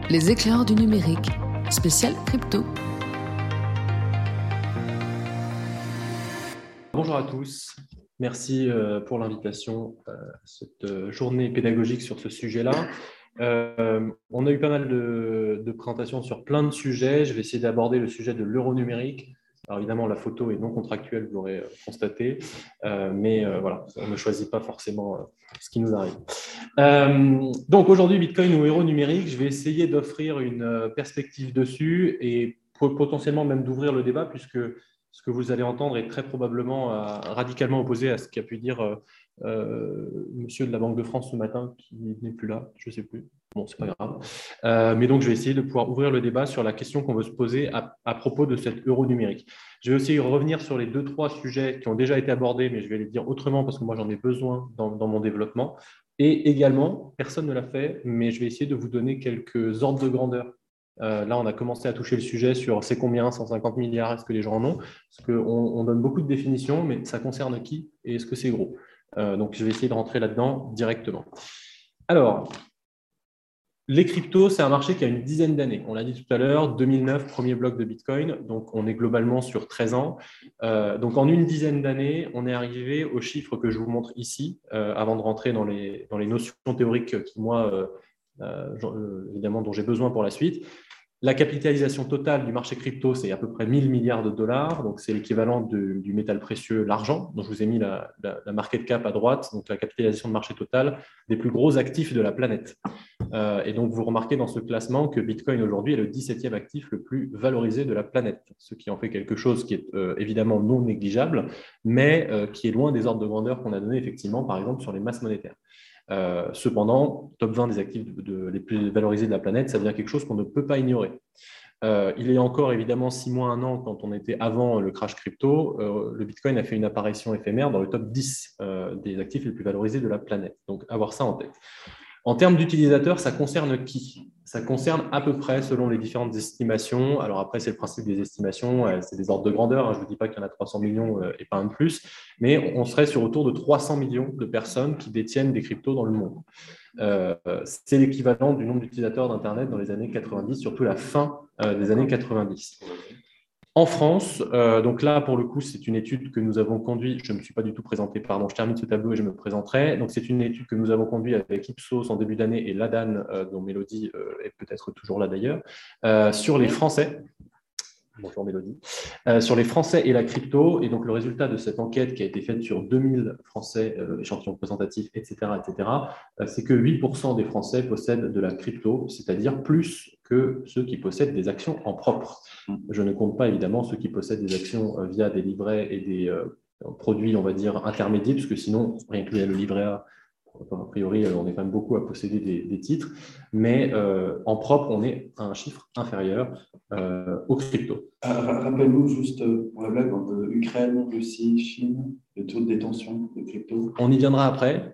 Les éclairs du numérique, spécial crypto. Bonjour à tous, merci pour l'invitation à cette journée pédagogique sur ce sujet-là. On a eu pas mal de présentations sur plein de sujets. Je vais essayer d'aborder le sujet de l'euro numérique. Alors évidemment, la photo est non contractuelle, vous l'aurez constaté, mais voilà, on ne choisit pas forcément ce qui nous arrive. Donc aujourd'hui, Bitcoin ou euro numérique, je vais essayer d'offrir une perspective dessus et potentiellement même d'ouvrir le débat, puisque ce que vous allez entendre est très probablement radicalement opposé à ce qu'a pu dire monsieur de la Banque de France ce matin, qui n'est plus là, je ne sais plus. Bon, c'est pas grave. Mais donc, je vais essayer de pouvoir ouvrir le débat sur la question qu'on veut se poser à propos de cet euro numérique. Je vais aussi revenir sur les 2-3 sujets qui ont déjà été abordés, mais je vais les dire autrement parce que moi, j'en ai besoin dans mon développement. Et également, personne ne l'a fait, mais je vais essayer de vous donner quelques ordres de grandeur. Là, on a commencé à toucher le sujet sur c'est combien, 150 milliards, est-ce que les gens en ont? Parce qu'on donne beaucoup de définitions, mais ça concerne qui et est-ce que c'est gros? Donc, je vais essayer de rentrer là-dedans directement. Alors, les cryptos, c'est un marché qui a une dizaine d'années. On l'a dit tout à l'heure, 2009, premier bloc de Bitcoin. Donc, on est globalement sur 13 ans. Donc, en une dizaine d'années, on est arrivé aux chiffres que je vous montre ici, avant de rentrer dans les notions théoriques qui, moi, évidemment, dont j'ai besoin pour la suite. La capitalisation totale du marché crypto, c'est à peu près 1000 milliards de dollars. Donc, c'est l'équivalent du métal précieux, l'argent. Donc, je vous ai mis la market cap à droite, donc la capitalisation de marché totale des plus gros actifs de la planète. Et donc, vous remarquez dans ce classement que Bitcoin aujourd'hui est le 17e actif le plus valorisé de la planète, ce qui en fait quelque chose qui est évidemment non négligeable, mais qui est loin des ordres de grandeur qu'on a donnés effectivement, par exemple, sur les masses monétaires. Cependant, top 20 des actifs les plus valorisés de la planète, ça devient quelque chose qu'on ne peut pas ignorer. Il y a encore évidemment 6 mois, 1 an, quand on était avant le crash crypto, le Bitcoin a fait une apparition éphémère dans le top 10 des actifs les plus valorisés de la planète. Donc, avoir ça en tête. En termes d'utilisateurs, ça concerne qui? Ça concerne à peu près, selon les différentes estimations. Alors après, c'est le principe des estimations, c'est des ordres de grandeur. Je ne vous dis pas qu'il y en a 300 millions et pas un de plus, mais on serait sur autour de 300 millions de personnes qui détiennent des cryptos dans le monde. C'est l'équivalent du nombre d'utilisateurs d'Internet dans les années 90, surtout la fin des années 90. En France, donc là, pour le coup, c'est une étude que nous avons conduite. Je ne me suis pas du tout présenté, pardon, je termine ce tableau et je me présenterai. Donc, c'est une étude que nous avons conduite avec Ipsos en début d'année et Ladan, dont Mélodie est peut-être toujours là d'ailleurs, sur les Français. Bonjour Mélodie. Sur les Français et la crypto. Et donc, le résultat de cette enquête qui a été faite sur 2000 Français, échantillons représentatifs, etc., c'est que 8% des Français possèdent de la crypto, c'est-à-dire plus que ceux qui possèdent des actions en propre. Je ne compte pas évidemment ceux qui possèdent des actions via des livrets et des produits, on va dire, intermédiaires, parce que sinon, rien que le livret A, a priori, on est quand même beaucoup à posséder des titres, mais en propre, on est à un chiffre inférieur aux cryptos. Rappelle-nous juste pour la blague, Ukraine, Russie, Chine, le taux de détention de crypto. On y viendra après,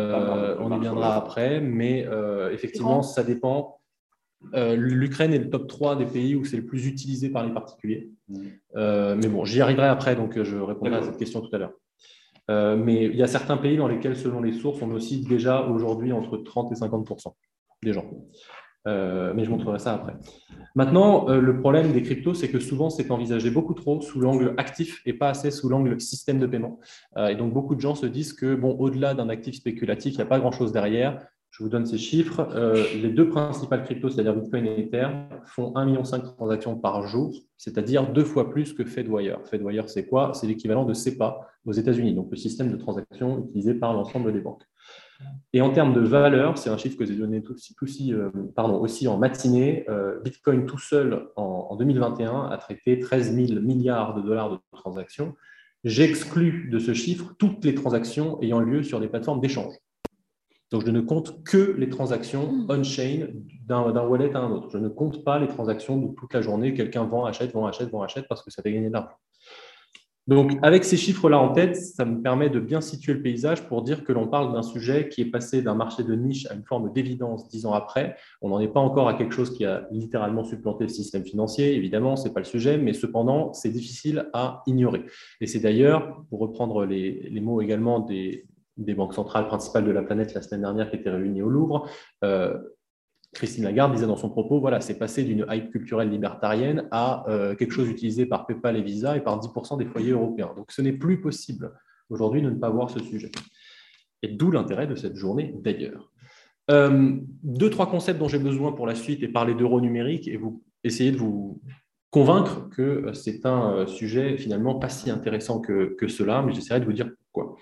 mais effectivement, ça dépend. L'Ukraine est le top 3 des pays où c'est le plus utilisé par les particuliers. Mais bon, j'y arriverai après, donc je répondrai à cette question tout à l'heure. Mais il y a certains pays dans lesquels, selon les sources, on oscille déjà aujourd'hui entre 30 et 50% des gens. Mais je montrerai ça après. Maintenant, le problème des cryptos, c'est que souvent, c'est envisagé beaucoup trop sous l'angle actif et pas assez sous l'angle système de paiement. Et donc, beaucoup de gens se disent que, bon, au-delà d'un actif spéculatif, il n'y a pas grand-chose derrière. Je vous donne ces chiffres. Les deux principales cryptos, c'est-à-dire Bitcoin et Ether, font 1,5 million de transactions par jour, c'est-à-dire 2 fois plus que Fedwire. Fedwire, c'est quoi? C'est l'équivalent de SEPA aux États-Unis, donc le système de transaction utilisé par l'ensemble des banques. Et en termes de valeur, c'est un chiffre que j'ai donné aussi en matinée. Bitcoin tout seul, en 2021, a traité 13 000 milliards de dollars de transactions. J'exclus de ce chiffre toutes les transactions ayant lieu sur des plateformes d'échange. Donc, je ne compte que les transactions on-chain d'un wallet à un autre. Je ne compte pas les transactions de toute la journée. Quelqu'un vend, achète parce que ça fait gagner de l'argent. Donc, avec ces chiffres-là en tête, ça me permet de bien situer le paysage pour dire que l'on parle d'un sujet qui est passé d'un marché de niche à une forme d'évidence 10 ans après. On n'en est pas encore à quelque chose qui a littéralement supplanté le système financier, évidemment, ce n'est pas le sujet, mais cependant, c'est difficile à ignorer. Et c'est d'ailleurs, pour reprendre les mots également des banques centrales principales de la planète la semaine dernière qui étaient réunies au Louvre, Christine Lagarde disait dans son propos, voilà, c'est passé d'une hype culturelle libertarienne à quelque chose utilisé par PayPal et Visa et par 10% des foyers européens. Donc, ce n'est plus possible aujourd'hui de ne pas voir ce sujet. Et d'où l'intérêt de cette journée d'ailleurs. Deux, trois concepts dont j'ai besoin pour la suite et parler d'euro numérique et vous essayer de vous convaincre que c'est un sujet finalement pas si intéressant que cela, mais j'essaierai de vous dire pourquoi.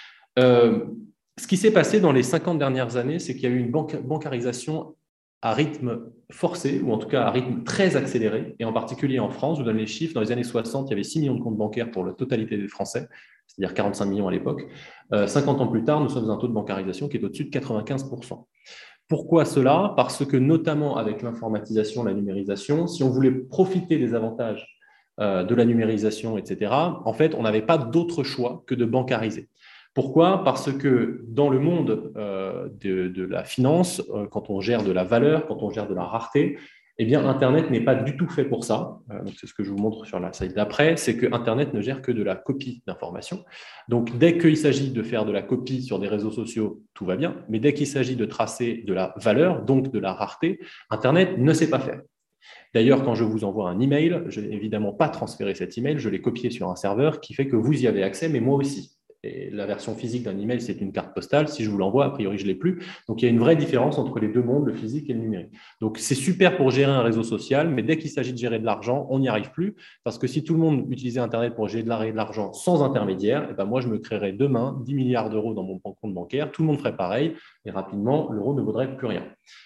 Ce qui s'est passé dans les 50 dernières années, c'est qu'il y a eu une bancarisation à rythme forcé, ou en tout cas à rythme très accéléré, et en particulier en France, je vous donne les chiffres, dans les années 60, il y avait 6 millions de comptes bancaires pour la totalité des Français, c'est-à-dire 45 millions à l'époque. 50 ans plus tard, nous sommes à un taux de bancarisation qui est au-dessus de 95%. Pourquoi cela? Parce que notamment avec l'informatisation, la numérisation, si on voulait profiter des avantages de la numérisation, etc., en fait, on n'avait pas d'autre choix que de bancariser. Pourquoi? Parce que dans le monde de la finance, quand on gère de la valeur, quand on gère de la rareté, eh bien, Internet n'est pas du tout fait pour ça. Donc, c'est ce que je vous montre sur la slide d'après, c'est que Internet ne gère que de la copie d'informations. Donc, dès qu'il s'agit de faire de la copie sur des réseaux sociaux, tout va bien. Mais dès qu'il s'agit de tracer de la valeur, donc de la rareté, Internet ne sait pas faire. D'ailleurs, quand je vous envoie un email, je n'ai évidemment pas transféré cet email, je l'ai copié sur un serveur qui fait que vous y avez accès, mais moi aussi. Et la version physique d'un email, c'est une carte postale. Si je vous l'envoie, a priori, je ne l'ai plus. Donc, il y a une vraie différence entre les deux mondes, le physique et le numérique. Donc, c'est super pour gérer un réseau social, mais dès qu'il s'agit de gérer de l'argent, on n'y arrive plus. Parce que si tout le monde utilisait Internet pour gérer de l'argent sans intermédiaire, eh ben moi, je me créerais demain 10 milliards d'euros dans mon compte bancaire. Tout le monde ferait pareil. Et rapidement, l'euro ne vaudrait plus rien.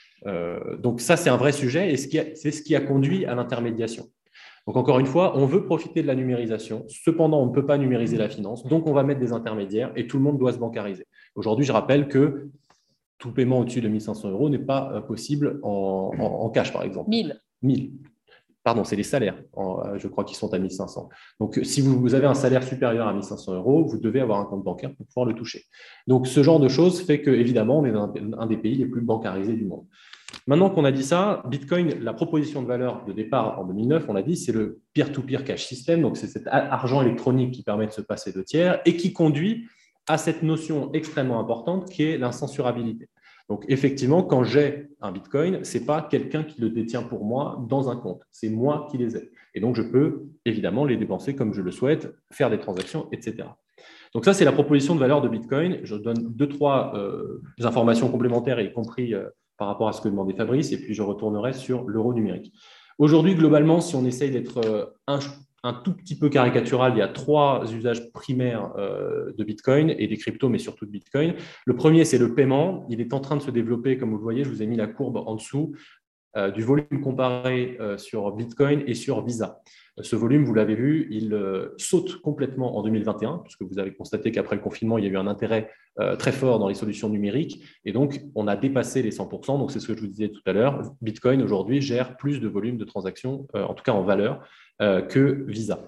Donc, ça, c'est un vrai sujet et c'est ce qui a conduit à l'intermédiation. Donc, encore une fois, on veut profiter de la numérisation. Cependant, on ne peut pas numériser la finance. Donc, on va mettre des intermédiaires et tout le monde doit se bancariser. Aujourd'hui, je rappelle que tout paiement au-dessus de 1 500 euros n'est pas possible en cash, par exemple. 1000. Pardon, c'est les salaires. Je crois qu'ils sont à 1 500. Donc, si vous avez un salaire supérieur à 1 500 euros, vous devez avoir un compte bancaire pour pouvoir le toucher. Donc, ce genre de choses fait que, évidemment, on est un des pays les plus bancarisés du monde. Maintenant qu'on a dit ça, Bitcoin, la proposition de valeur de départ en 2009, on l'a dit, c'est le peer-to-peer cash system. Donc, c'est cet argent électronique qui permet de se passer de tiers et qui conduit à cette notion extrêmement importante qui est l'incensurabilité. Donc, effectivement, quand j'ai un Bitcoin, ce n'est pas quelqu'un qui le détient pour moi dans un compte. C'est moi qui les ai. Et donc, je peux évidemment les dépenser comme je le souhaite, faire des transactions, etc. Donc, ça, c'est la proposition de valeur de Bitcoin. Je donne 2-3 informations complémentaires, y compris par rapport à ce que demandait Fabrice, et puis je retournerai sur l'euro numérique. Aujourd'hui, globalement, si on essaye d'être un tout petit peu caricatural, il y a 3 usages primaires de Bitcoin et des cryptos, mais surtout de Bitcoin. Le premier, c'est le paiement. Il est en train de se développer, comme vous le voyez, je vous ai mis la courbe en dessous, du volume comparé sur Bitcoin et sur Visa. Ce volume, vous l'avez vu, il saute complètement en 2021, puisque vous avez constaté qu'après le confinement, il y a eu un intérêt très fort dans les solutions numériques, et donc on a dépassé les 100%, donc c'est ce que je vous disais tout à l'heure. Bitcoin, aujourd'hui, gère plus de volume de transactions, en tout cas en valeur, que Visa.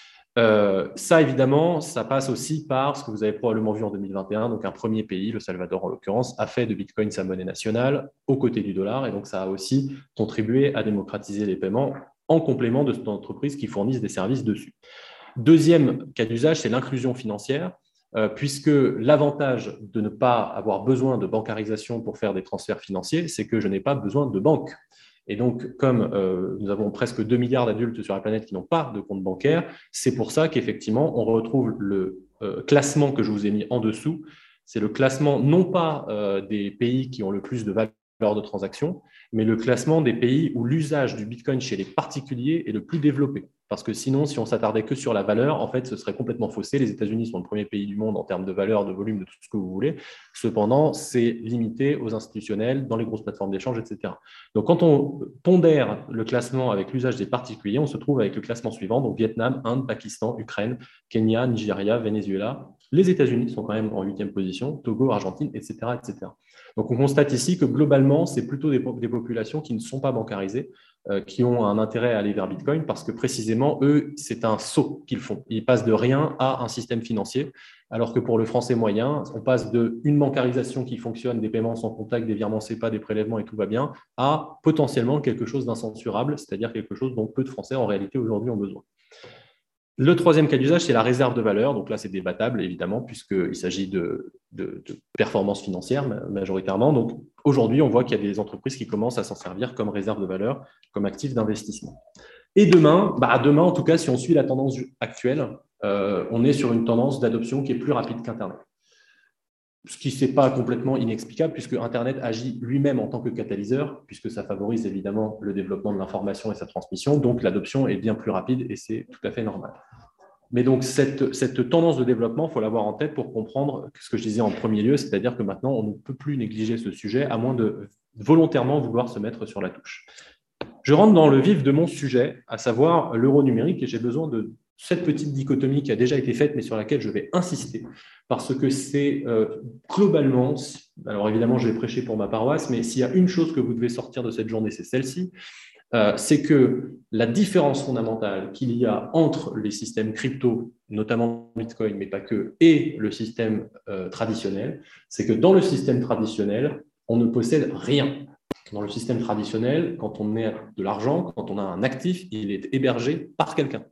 Ça, évidemment, ça passe aussi par ce que vous avez probablement vu en 2021. Donc, un premier pays, le Salvador en l'occurrence, a fait de Bitcoin sa monnaie nationale aux côtés du dollar. Et donc, ça a aussi contribué à démocratiser les paiements en complément de cette entreprise qui fournissent des services dessus. Deuxième cas d'usage, c'est l'inclusion financière, puisque l'avantage de ne pas avoir besoin de bancarisation pour faire des transferts financiers, c'est que je n'ai pas besoin de banque. Et donc, comme nous avons presque 2 milliards d'adultes sur la planète qui n'ont pas de compte bancaire, c'est pour ça qu'effectivement, on retrouve le classement que je vous ai mis en dessous. C'est le classement non pas des pays qui ont le plus de valeur de transaction, mais le classement des pays où l'usage du Bitcoin chez les particuliers est le plus développé. Parce que sinon, si on s'attardait que sur la valeur, en fait, ce serait complètement faussé. Les États-Unis sont le premier pays du monde en termes de valeur, de volume, de tout ce que vous voulez. Cependant, c'est limité aux institutionnels, dans les grosses plateformes d'échange, etc. Donc, quand on pondère le classement avec l'usage des particuliers, on se trouve avec le classement suivant, donc Vietnam, Inde, Pakistan, Ukraine, Kenya, Nigeria, Venezuela. Les États-Unis sont quand même en 8e position, Togo, Argentine, etc., etc. Donc, on constate ici que globalement, c'est plutôt des populations qui ne sont pas bancarisées, qui ont un intérêt à aller vers Bitcoin parce que précisément, eux, c'est un saut qu'ils font. Ils passent de rien à un système financier, alors que pour le français moyen, on passe d'une bancarisation qui fonctionne, des paiements sans contact, des virements SEPA, des prélèvements et tout va bien, à potentiellement quelque chose d'incensurable, c'est-à-dire quelque chose dont peu de Français en réalité aujourd'hui ont besoin. Le troisième cas d'usage, c'est la réserve de valeur. Donc là, c'est débattable, évidemment, puisqu'il s'agit de performance financière majoritairement. Donc aujourd'hui, on voit qu'il y a des entreprises qui commencent à s'en servir comme réserve de valeur, comme actif d'investissement. Et demain, demain, en tout cas, si on suit la tendance actuelle, on est sur une tendance d'adoption qui est plus rapide qu'Internet. Ce qui n'est pas complètement inexplicable, puisque Internet agit lui-même en tant que catalyseur, puisque ça favorise évidemment le développement de l'information et sa transmission. Donc l'adoption est bien plus rapide et c'est tout à fait normal. Mais donc, cette tendance de développement, il faut l'avoir en tête pour comprendre ce que je disais en premier lieu, c'est-à-dire que maintenant, on ne peut plus négliger ce sujet, à moins de volontairement vouloir se mettre sur la touche. Je rentre dans le vif de mon sujet, à savoir l'euro numérique, et j'ai besoin de cette petite dichotomie qui a déjà été faite, mais sur laquelle je vais insister, parce que c'est globalement, alors évidemment, je vais prêcher pour ma paroisse, mais s'il y a une chose que vous devez sortir de cette journée, c'est celle-ci, c'est que la différence fondamentale qu'il y a entre les systèmes crypto, notamment Bitcoin, mais pas que, et le système traditionnel, c'est que dans le système traditionnel, on ne possède rien. Dans le système traditionnel, quand on met de l'argent, quand on a un actif, il est hébergé par quelqu'un.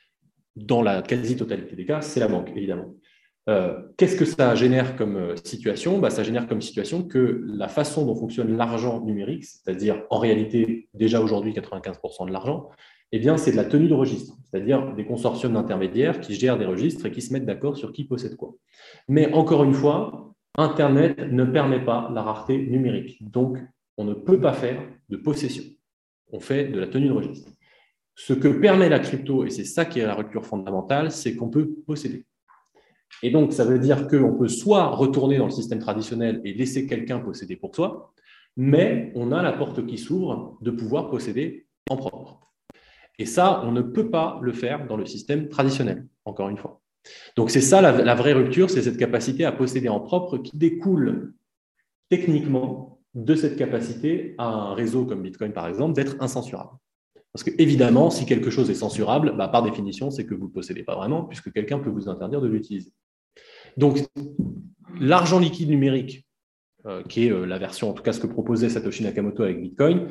Dans la quasi-totalité des cas, c'est la banque, évidemment. Qu'est-ce que ça génère comme situation? Ça génère comme situation que la façon dont fonctionne l'argent numérique, c'est-à-dire en réalité déjà aujourd'hui 95% de l'argent, eh bien, c'est de la tenue de registre, c'est-à-dire des consortiums d'intermédiaires qui gèrent des registres et qui se mettent d'accord sur qui possède quoi. Mais encore une fois, Internet ne permet pas la rareté numérique. Donc, on ne peut pas faire de possession. On fait de la tenue de registre. Ce que permet la crypto, et c'est ça qui est la rupture fondamentale, c'est qu'on peut posséder. Et donc, ça veut dire qu'on peut soit retourner dans le système traditionnel et laisser quelqu'un posséder pour soi, mais on a la porte qui s'ouvre de pouvoir posséder en propre. Et ça, on ne peut pas le faire dans le système traditionnel, encore une fois. Donc, c'est ça la vraie rupture, c'est cette capacité à posséder en propre qui découle techniquement de cette capacité à un réseau comme Bitcoin, par exemple, d'être incensurable. Parce qu'évidemment, si quelque chose est censurable, par définition, c'est que vous ne le possédez pas vraiment, puisque quelqu'un peut vous interdire de l'utiliser. Donc, l'argent liquide numérique, qui est la version, en tout cas ce que proposait Satoshi Nakamoto avec Bitcoin,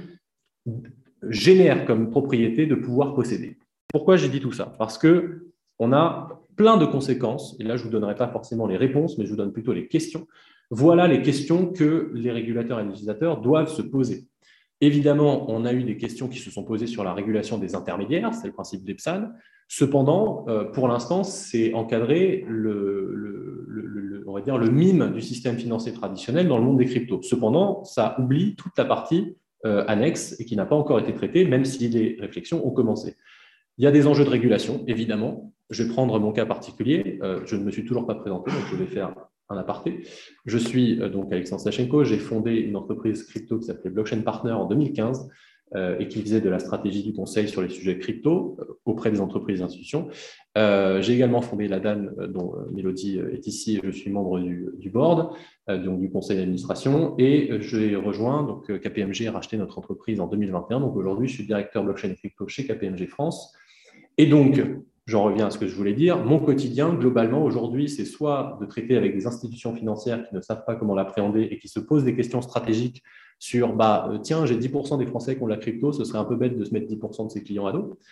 génère comme propriété de pouvoir posséder. Pourquoi j'ai dit tout ça? Parce qu'on a plein de conséquences, et là je ne vous donnerai pas forcément les réponses, mais je vous donne plutôt les questions. Voilà les questions que les régulateurs et les législateurs doivent se poser. Évidemment, on a eu des questions qui se sont posées sur la régulation des intermédiaires, c'est le principe d'EPSAN. Cependant, pour l'instant, c'est encadré on va dire le mime du système financier traditionnel dans le monde des cryptos. Cependant, ça oublie toute la partie annexe et qui n'a pas encore été traitée, même si les réflexions ont commencé. Il y a des enjeux de régulation, évidemment. Je vais prendre mon cas particulier. Je ne me suis toujours pas présenté, donc je vais faire un aparté. Je suis donc Alexandre Sachenko. J'ai fondé une entreprise crypto qui s'appelait Blockchain Partner en 2015 et qui faisait de la stratégie du conseil sur les sujets crypto auprès des entreprises et institutions. J'ai également fondé la DAN, dont Mélodie est ici, et je suis membre du board, donc du conseil d'administration, et j'ai rejoint donc KPMG a racheté notre entreprise en 2021. Donc aujourd'hui, je suis directeur blockchain crypto chez KPMG France. Et donc, j'en reviens à ce que je voulais dire, mon quotidien, globalement, aujourd'hui, c'est soit de traiter avec des institutions financières qui ne savent pas comment l'appréhender et qui se posent des questions stratégiques sur, tiens, j'ai 10% des Français qui ont de la crypto, ce serait un peu bête de se mettre 10% de ses clients à dos,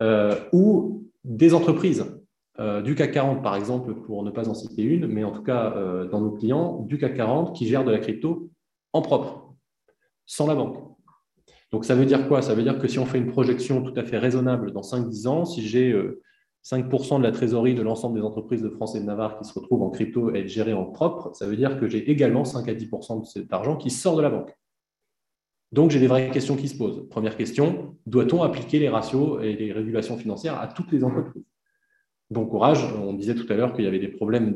ou des entreprises du CAC 40, par exemple, pour ne pas en citer une, mais en tout cas, dans nos clients, du CAC 40 qui gèrent de la crypto en propre, sans la banque. Donc, ça veut dire quoi? Ça veut dire que si on fait une projection tout à fait raisonnable dans 5-10 ans, si j'ai 5% de la trésorerie de l'ensemble des entreprises de France et de Navarre qui se retrouvent en crypto et être gérées en propre, ça veut dire que j'ai également 5 à 10% de cet argent qui sort de la banque. Donc, j'ai des vraies questions qui se posent. Première question, doit-on appliquer les ratios et les régulations financières à toutes les entreprises? Bon courage, on disait tout à l'heure qu'il y avait des problèmes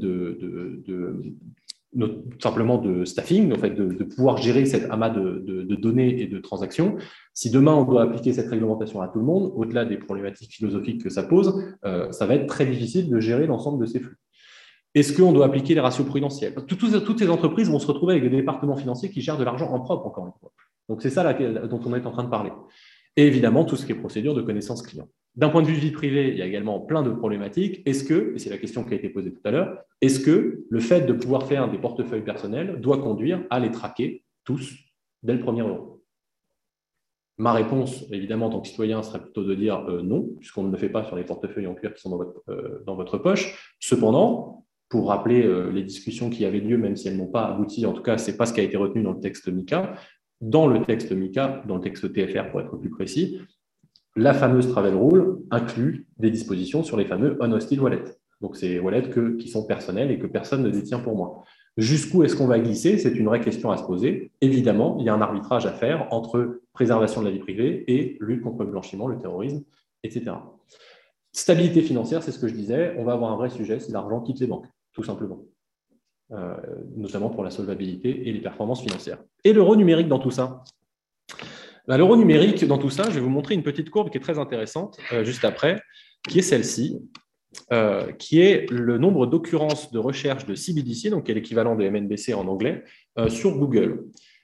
simplement de staffing, en fait, de pouvoir gérer cet amas de données et de transactions. Si demain, on doit appliquer cette réglementation à tout le monde, au-delà des problématiques philosophiques que ça pose, ça va être très difficile de gérer l'ensemble de ces flux. Est-ce qu'on doit appliquer les ratios prudentiels? Toutes ces entreprises vont se retrouver avec des départements financiers qui gèrent de l'argent en propre, encore une fois. Donc, c'est ça dont on est en train de parler. Et évidemment, tout ce qui est procédure de connaissance client. D'un point de vue vie privée, il y a également plein de problématiques. Est-ce que, et c'est la question qui a été posée tout à l'heure, est-ce que le fait de pouvoir faire des portefeuilles personnels doit conduire à les traquer tous dès le premier euro? Ma réponse, évidemment, en tant que citoyen, serait plutôt de dire non, puisqu'on ne le fait pas sur les portefeuilles en cuir qui sont dans votre poche. Cependant, pour rappeler les discussions qui avaient lieu, même si elles n'ont pas abouti, en tout cas, ce n'est pas ce qui a été retenu dans le texte MiCA. Dans le texte MiCA, dans le texte TFR pour être plus précis, la fameuse Travel Rule inclut des dispositions sur les fameux on-hosted wallets. Donc, c'est les wallets qui sont personnels et que personne ne détient pour moi. Jusqu'où est-ce qu'on va glisser? C'est une vraie question à se poser. Évidemment, il y a un arbitrage à faire entre préservation de la vie privée et lutte contre le blanchiment, le terrorisme, etc. Stabilité financière, c'est ce que je disais. On va avoir un vrai sujet, c'est l'argent quitte les banques, tout simplement. Notamment pour la solvabilité et les performances financières. Et l'euro numérique dans tout ça? L'euro numérique dans tout ça, je vais vous montrer une petite courbe qui est très intéressante juste après, qui est celle-ci. Qui est le nombre d'occurrences de recherche de CBDC, donc qui est l'équivalent de MNBC en anglais, sur Google.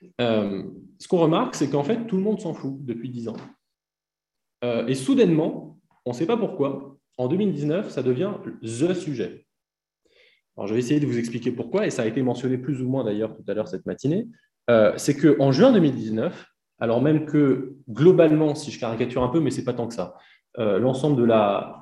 Ce qu'on remarque, c'est qu'en fait, tout le monde s'en fout depuis 10 ans. Et soudainement, on ne sait pas pourquoi, en 2019, ça devient the sujet. Alors, je vais essayer de vous expliquer pourquoi, et ça a été mentionné plus ou moins d'ailleurs tout à l'heure cette matinée. C'est qu'en juin 2019, alors même que globalement, si je caricature un peu, mais ce n'est pas tant que ça, l'ensemble de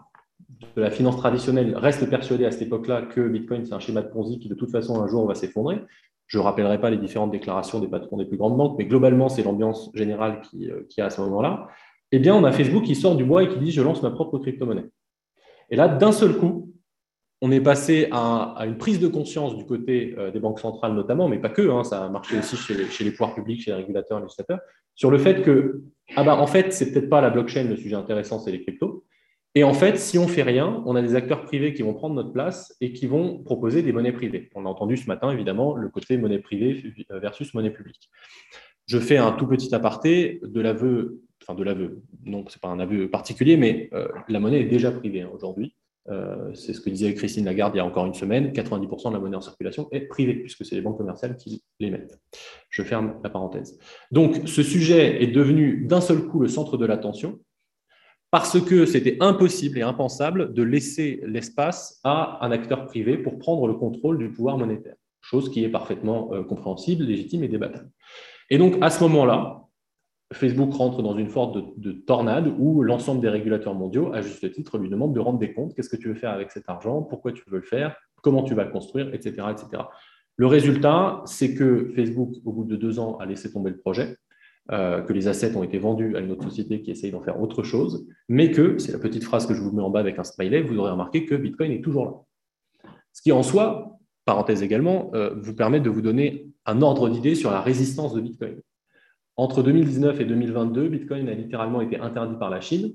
la finance traditionnelle reste persuadée à cette époque-là que Bitcoin, c'est un schéma de Ponzi qui, de toute façon, un jour, va s'effondrer. Je ne rappellerai pas les différentes déclarations des patrons des plus grandes banques, mais globalement, c'est l'ambiance générale qu'il y a à ce moment-là. Eh bien, on a Facebook qui sort du bois et qui dit « je lance ma propre crypto-monnaie ». Et là, d'un seul coup, on est passé à une prise de conscience du côté des banques centrales notamment, mais pas que, hein, ça a marché aussi chez les pouvoirs publics, chez les régulateurs, les législateurs, sur le fait que, en fait, c'est peut-être pas la blockchain le sujet intéressant, c'est les cryptos. Et en fait, si on ne fait rien, on a des acteurs privés qui vont prendre notre place et qui vont proposer des monnaies privées. On a entendu ce matin, évidemment, le côté monnaie privée versus monnaie publique. Je fais un tout petit aparté de l'aveu, non, ce n'est pas un aveu particulier, mais la monnaie est déjà privée aujourd'hui. C'est ce que disait Christine Lagarde il y a encore une semaine, 90% de la monnaie en circulation est privée, puisque c'est les banques commerciales qui l'émettent. Je ferme la parenthèse. Donc, ce sujet est devenu d'un seul coup le centre de l'attention, parce que c'était impossible et impensable de laisser l'espace à un acteur privé pour prendre le contrôle du pouvoir monétaire, chose qui est parfaitement compréhensible, légitime et débattable. Et donc, à ce moment-là, Facebook rentre dans une forme de tornade où l'ensemble des régulateurs mondiaux, à juste titre, lui demandent de rendre des comptes. Qu'est-ce que tu veux faire avec cet argent? Pourquoi tu veux le faire? Comment tu vas le construire? Etc. etc. Le résultat, c'est que Facebook, au bout de 2 ans, a laissé tomber le projet. Que les assets ont été vendus à une autre société qui essaye d'en faire autre chose, mais que, c'est la petite phrase que je vous mets en bas avec un smiley, vous aurez remarqué que Bitcoin est toujours là. Ce qui en soi, parenthèse également, vous permet de vous donner un ordre d'idée sur la résistance de Bitcoin. Entre 2019 et 2022, Bitcoin a littéralement été interdit par la Chine.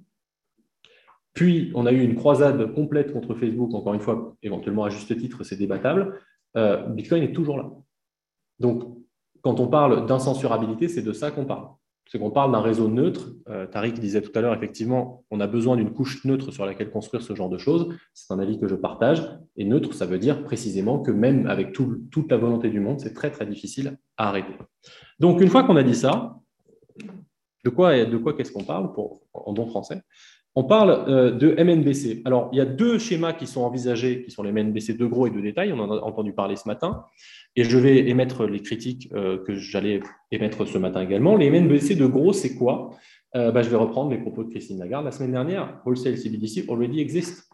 Puis, on a eu une croisade complète contre Facebook, encore une fois, éventuellement à juste titre, c'est débattable. Bitcoin est toujours là. Donc, quand on parle d'incensurabilité, c'est de ça qu'on parle. C'est qu'on parle d'un réseau neutre. Tariq disait tout à l'heure, effectivement, on a besoin d'une couche neutre sur laquelle construire ce genre de choses. C'est un avis que je partage. Et neutre, ça veut dire précisément que même avec toute la volonté du monde, c'est très, très difficile à arrêter. Donc, une fois qu'on a dit ça, de quoi qu'est-ce qu'on parle en bon français? On parle de MNBC. Alors, il y a 2 schémas qui sont envisagés, qui sont les MNBC de gros et de détail. On en a entendu parler ce matin. Et je vais émettre les critiques que j'allais émettre ce matin également. Les MNBC de gros, c'est quoi? Je vais reprendre les propos de Christine Lagarde. La semaine dernière, Wholesale CBDC already exist.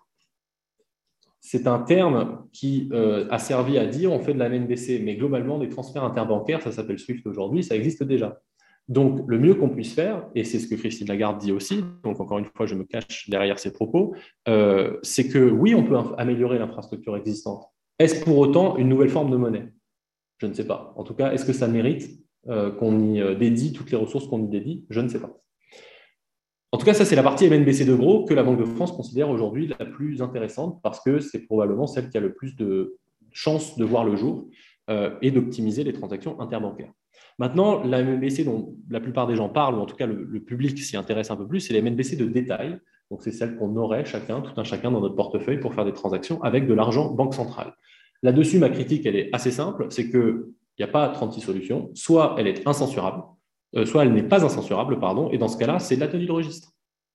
C'est un terme qui a servi à dire on fait de la MNBC, mais globalement, des transferts interbancaires, ça s'appelle SWIFT aujourd'hui, ça existe déjà. Donc, le mieux qu'on puisse faire, et c'est ce que Christine Lagarde dit aussi, donc encore une fois, je me cache derrière ses propos, c'est que oui, on peut améliorer l'infrastructure existante. Est-ce pour autant une nouvelle forme de monnaie? Je ne sais pas. En tout cas, est-ce que ça mérite qu'on y dédie toutes les ressources qu'on y dédie? Je ne sais pas. En tout cas, ça, c'est la partie MNBC de gros que la Banque de France considère aujourd'hui la plus intéressante parce que c'est probablement celle qui a le plus de chances de voir le jour et d'optimiser les transactions interbancaires. Maintenant, la MNBC dont la plupart des gens parlent, ou en tout cas le public s'y intéresse un peu plus, c'est la MNBC de détail. Donc, c'est celle qu'on aurait tout un chacun dans notre portefeuille pour faire des transactions avec de l'argent banque centrale. Là-dessus, ma critique, elle est assez simple, c'est qu'il n'y a pas 36 solutions. Soit elle est incensurable, soit elle n'est pas incensurable, et dans ce cas-là, c'est de la tenue de registre.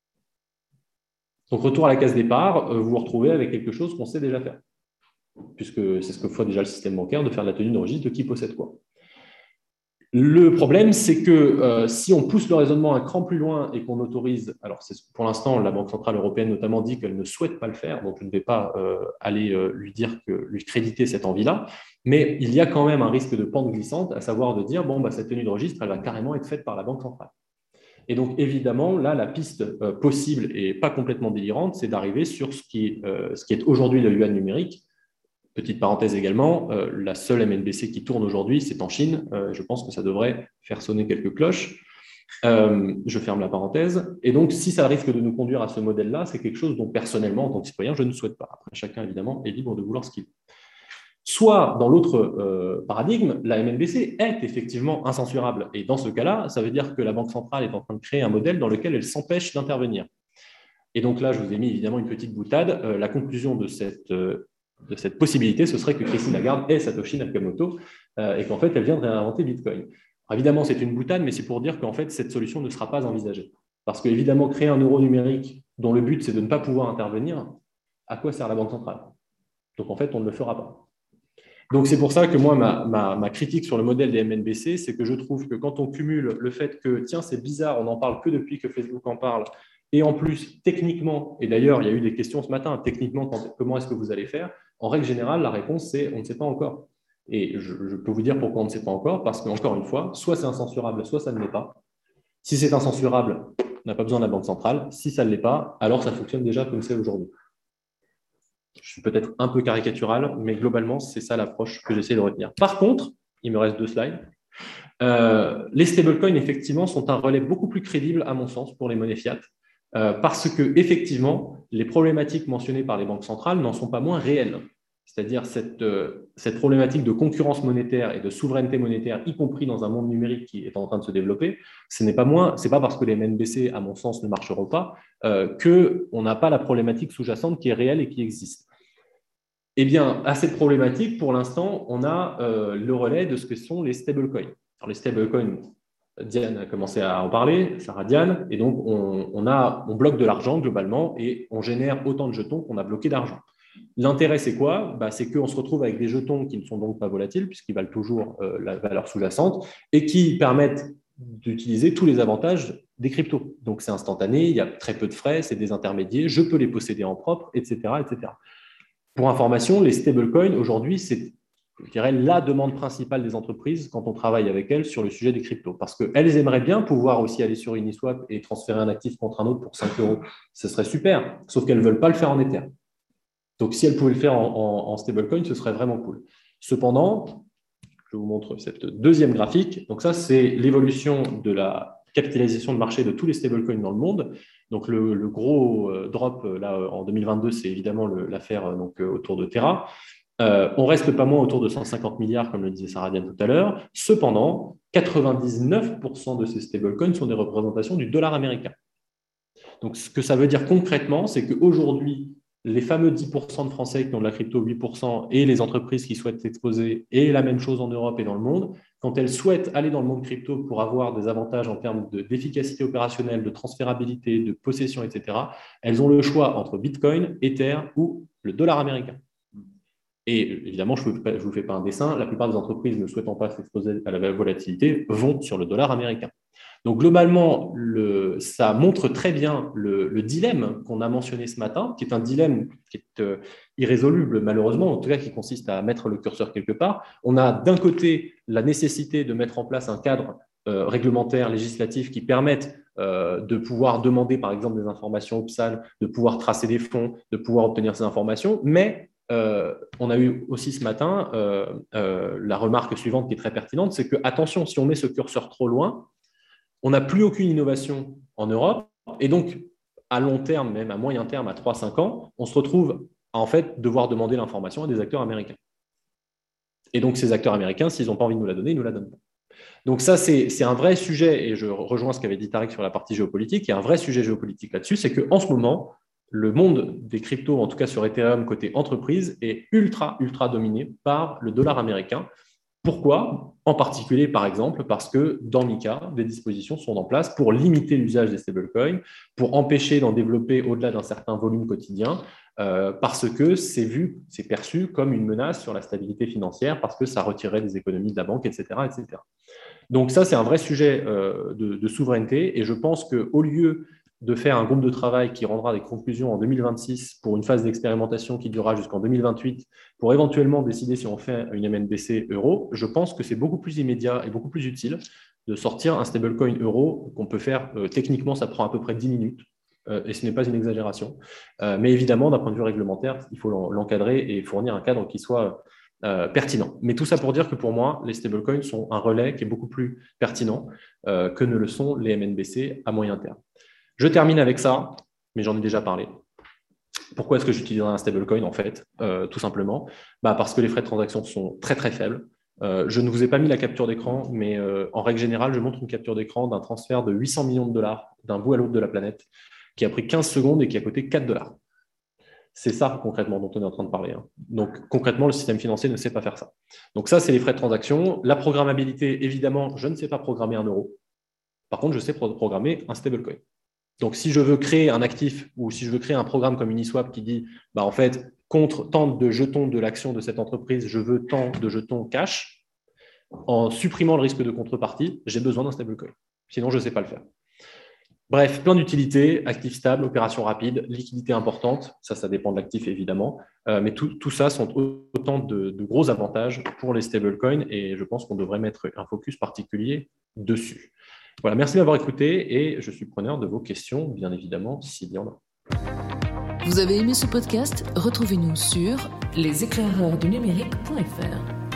Donc, retour à la case départ, vous vous retrouvez avec quelque chose qu'on sait déjà faire, puisque c'est ce que fait déjà le système bancaire, de faire de la tenue de registre de qui possède quoi. Le problème, c'est que si on pousse le raisonnement un cran plus loin et qu'on autorise, alors pour l'instant, la Banque centrale européenne notamment dit qu'elle ne souhaite pas le faire, donc je ne vais pas aller lui créditer cette envie-là, mais il y a quand même un risque de pente glissante, à savoir de dire, bon, bah, cette tenue de registre, elle va carrément être faite par la Banque centrale. Et donc, évidemment, là, la piste possible et pas complètement délirante, c'est d'arriver sur ce qui est aujourd'hui le yuan numérique. Petite parenthèse également, la seule MNBC qui tourne aujourd'hui, c'est en Chine. Je pense que ça devrait faire sonner quelques cloches. Je ferme la parenthèse. Et donc, si ça risque de nous conduire à ce modèle-là, c'est quelque chose dont personnellement, en tant que citoyen, je ne souhaite pas. Après, chacun, évidemment, est libre de vouloir ce qu'il veut. Soit, dans l'autre paradigme, la MNBC est effectivement incensurable. Et dans ce cas-là, ça veut dire que la Banque centrale est en train de créer un modèle dans lequel elle s'empêche d'intervenir. Et donc là, je vous ai mis évidemment une petite boutade. La conclusion de cette possibilité, ce serait que Christine Lagarde est Satoshi Nakamoto et qu'en fait, elle vient de réinventer Bitcoin. Alors, évidemment, c'est une boutade, mais c'est pour dire qu'en fait, cette solution ne sera pas envisagée. Parce qu'évidemment, créer un euro numérique dont le but, c'est de ne pas pouvoir intervenir, à quoi sert la Banque centrale? Donc, en fait, on ne le fera pas. Donc, c'est pour ça que moi, ma critique sur le modèle des MNBC, c'est que je trouve que quand on cumule le fait que, tiens, c'est bizarre, on n'en parle que depuis que Facebook en parle, et en plus, techniquement, et d'ailleurs, il y a eu des questions ce matin, techniquement, comment est-ce que vous allez faire? En règle générale, la réponse, c'est on ne sait pas encore. Et je peux vous dire pourquoi on ne sait pas encore, parce qu'encore une fois, soit c'est incensurable, soit ça ne l'est pas. Si c'est incensurable, on n'a pas besoin de la Banque centrale. Si ça ne l'est pas, alors ça fonctionne déjà comme c'est aujourd'hui. Je suis peut-être un peu caricatural, mais globalement, c'est ça l'approche que j'essaie de retenir. Par contre, il me reste 2 slides. Les stablecoins, effectivement, sont un relais beaucoup plus crédible, à mon sens, pour les monnaies fiat, parce que, effectivement, les problématiques mentionnées par les banques centrales n'en sont pas moins réelles. C'est-à-dire cette problématique de concurrence monétaire et de souveraineté monétaire, y compris dans un monde numérique qui est en train de se développer, c'est pas parce que les MNBC, à mon sens, ne marcheront pas qu'on n'a pas la problématique sous-jacente qui est réelle et qui existe. Eh bien, à cette problématique, pour l'instant, on a le relais de ce que sont les stablecoins. Alors, les stablecoins, Diane a commencé à en parler, Sarah Diane, et donc on bloque de l'argent globalement et on génère autant de jetons qu'on a bloqué d'argent. L'intérêt, c'est quoi? C'est qu'on se retrouve avec des jetons qui ne sont donc pas volatiles, puisqu'ils valent toujours la valeur sous-jacente, et qui permettent d'utiliser tous les avantages des cryptos. Donc, c'est instantané, il y a très peu de frais, c'est des intermédiaires, je peux les posséder en propre, etc., etc. Pour information, les stablecoins, aujourd'hui, c'est, je dirais, la demande principale des entreprises quand on travaille avec elles sur le sujet des cryptos. Parce qu'elles aimeraient bien pouvoir aussi aller sur Uniswap et transférer un actif contre un autre pour 5 €. Ce serait super, sauf qu'elles ne veulent pas le faire en Ether. Donc, si elles pouvaient le faire en stablecoin, ce serait vraiment cool. Cependant, je vous montre cette deuxième graphique. Donc, ça, c'est l'évolution de la capitalisation de marché de tous les stablecoins dans le monde. Donc, le gros drop là, en 2022, c'est évidemment l'affaire autour de Terra. On reste pas moins autour de 150 milliards, comme le disait Sarah Diane tout à l'heure. Cependant, 99% de ces stablecoins sont des représentations du dollar américain. Donc, ce que ça veut dire concrètement, c'est qu'aujourd'hui, les fameux 10% de Français qui ont de la crypto, 8%, et les entreprises qui souhaitent s'exposer, et la même chose en Europe et dans le monde, quand elles souhaitent aller dans le monde crypto pour avoir des avantages en termes d'efficacité opérationnelle, de transférabilité, de possession, etc., elles ont le choix entre Bitcoin, Ether ou le dollar américain. Et évidemment, je ne vous fais pas un dessin, la plupart des entreprises ne souhaitant pas s'exposer à la volatilité vont sur le dollar américain. Donc globalement, ça montre très bien le dilemme qu'on a mentionné ce matin, qui est un dilemme qui est irrésoluble malheureusement, en tout cas qui consiste à mettre le curseur quelque part. On a d'un côté la nécessité de mettre en place un cadre réglementaire, législatif qui permette de pouvoir demander par exemple des informations au PSAN, de pouvoir tracer des fonds, de pouvoir obtenir ces informations, mais on a eu aussi ce matin la remarque suivante qui est très pertinente, c'est que attention, si on met ce curseur trop loin, on n'a plus aucune innovation en Europe et donc à long terme, même à moyen terme, à 3-5 ans, on se retrouve à en fait devoir demander l'information à des acteurs américains. Et donc ces acteurs américains, s'ils n'ont pas envie de nous la donner, ils ne nous la donnent pas. Donc ça, c'est un vrai sujet, et je rejoins ce qu'avait dit Tariq sur la partie géopolitique, il y a un vrai sujet géopolitique là-dessus, c'est qu'en ce moment, le monde des cryptos, en tout cas sur Ethereum côté entreprise, est ultra dominé par le dollar américain. Pourquoi? En particulier, par exemple, parce que dans MiCA, des dispositions sont en place pour limiter l'usage des stablecoins, pour empêcher d'en développer au-delà d'un certain volume quotidien, parce que c'est perçu comme une menace sur la stabilité financière, parce que ça retirerait des économies de la banque, etc., etc. Donc ça, c'est un vrai sujet de souveraineté, et je pense qu'au lieu de faire un groupe de travail qui rendra des conclusions en 2026 pour une phase d'expérimentation qui durera jusqu'en 2028 pour éventuellement décider si on fait une MNBC euro, je pense que c'est beaucoup plus immédiat et beaucoup plus utile de sortir un stablecoin euro qu'on peut faire, techniquement, ça prend à peu près 10 minutes, et ce n'est pas une exagération. Mais évidemment, d'un point de vue réglementaire, il faut l'encadrer et fournir un cadre qui soit pertinent. Mais tout ça pour dire que pour moi, les stablecoins sont un relais qui est beaucoup plus pertinent que ne le sont les MNBC à moyen terme. Je termine avec ça, mais j'en ai déjà parlé. Pourquoi est-ce que j'utiliserai un stablecoin en fait? Tout simplement, parce que les frais de transaction sont très très faibles. Je ne vous ai pas mis la capture d'écran, mais en règle générale, je montre une capture d'écran d'un transfert de 800 millions de dollars d'un bout à l'autre de la planète qui a pris 15 secondes et qui a coûté 4 dollars. C'est ça concrètement dont on est en train de parler. Donc concrètement, le système financier ne sait pas faire ça. Donc ça, c'est les frais de transaction. La programmabilité, évidemment, je ne sais pas programmer un euro. Par contre, je sais programmer un stablecoin. Donc, si je veux créer un actif ou si je veux créer un programme comme Uniswap qui dit, en fait, contre tant de jetons de l'action de cette entreprise, je veux tant de jetons cash, en supprimant le risque de contrepartie, j'ai besoin d'un stablecoin. Sinon, je ne sais pas le faire. Bref, plein d'utilités, actifs stables, opérations rapides, liquidité importante, ça dépend de l'actif évidemment, mais tout ça sont autant de gros avantages pour les stablecoins et je pense qu'on devrait mettre un focus particulier dessus. Voilà, merci de m'avoir écouté et je suis preneur de vos questions, bien évidemment, s'il y en a. Vous avez aimé ce podcast? Retrouvez-nous sur leséclaireursdunumérique.fr.